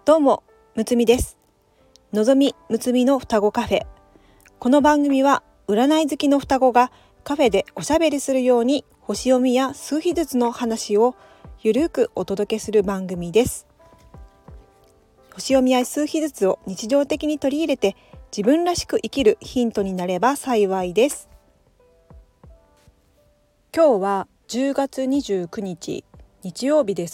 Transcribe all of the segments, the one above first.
どうも、むつみです。のぞみむつみの双子カフェ。この番組は占い好きの双子がカフェでおしゃべりするように星読みや数秘術の話をゆるくお届けする番組です。星読みや数秘術を日常的に取り入れて自分らしく生きるヒントになれば幸いです。今日は10月29日日曜日です。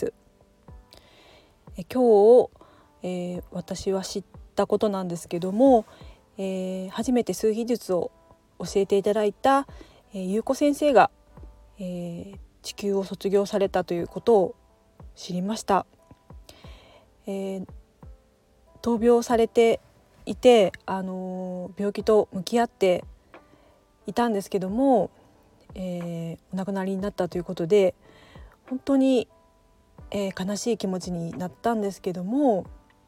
今日私は知ったことなんですけども、初めて数秘術を教えていただいた、ゆうこ先生が、地球を卒業されたということを知りました。闘病されていて、病気と向き合っていたんですけども、お亡くなりになったということで本当に、悲しい気持ちになったんですけども、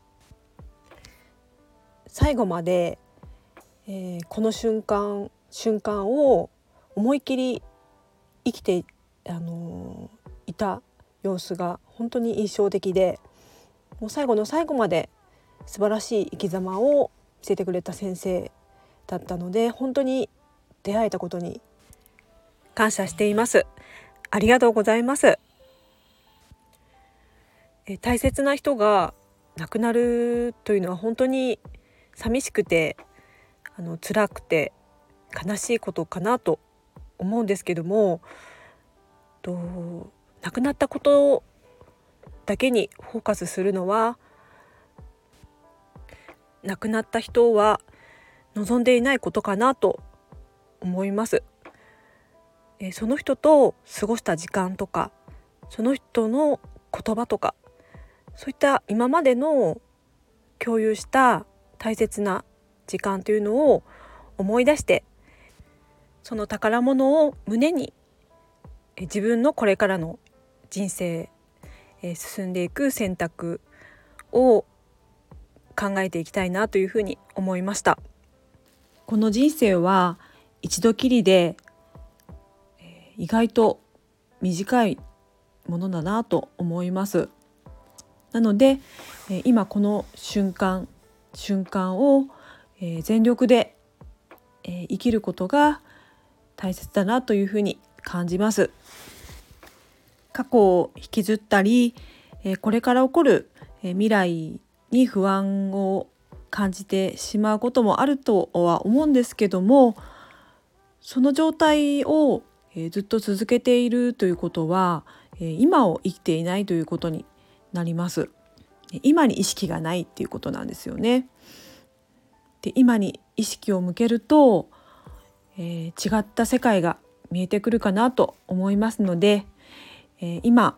最後まで、この瞬間を思い切り生きて、いた様子が本当に印象的で、もう最後の最後まで素晴らしい生き様を見せてくれた先生だったので、本当に出会えたことに感謝しています。ありがとうございます。大切な人が亡くなるというのは本当に寂しくて辛くて悲しいことかなと思うんですけども、亡くなったことだけにフォーカスするのは、亡くなった人は望んでいないことかなと思います。その人と過ごした時間とか、その人の言葉とか、そういった今までの共有した大切な時間というのを思い出して、その宝物を胸に自分のこれからの人生、進んでいく選択を考えていきたいなというふうに思いました。この人生は一度きりで、意外と短いものだなと思います。なので、今この瞬間を、全力で、生きることが大切だなというふうに感じます。過去を引きずったり、これから起こる、未来に不安を感じてしまうこともあるとは思うんですけども、その状態を、ずっと続けているということは、今を生きていないということになります。今に意識がないっていうことなんですよね。で、今に意識を向けると、違った世界が見えてくるかなと思いますので、今、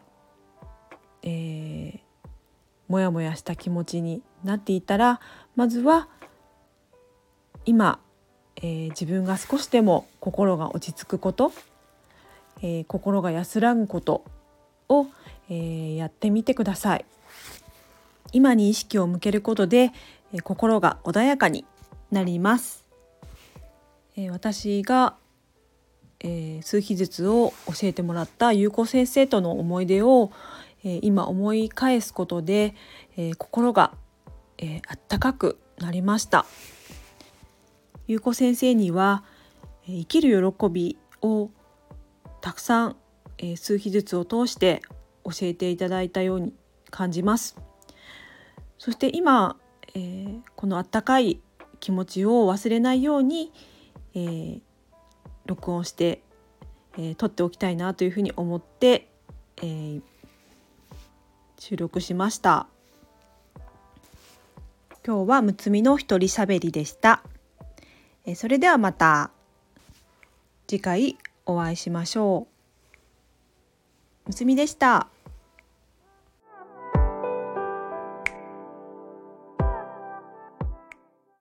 もやもやした気持ちになっていたら、まずは今、自分が少しでも心が落ち着くこと、心が安らぐことを、やってみてください。今に意識を向けることで、心が穏やかになります。私が、数秘術を教えてもらったゆうこ先生との思い出を、今思い返すことで、心が、あったかくなりました。ゆうこ先生には、生きる喜びをたくさん、数秘術を通して教えていただいたように感じます。そして今、このあったかい気持ちを忘れないように、録音して、撮っておきたいなというふうに思って、収録しました。今日はむつみの一人しゃべりでした。それではまた次回お会いしましょう。むつみでした。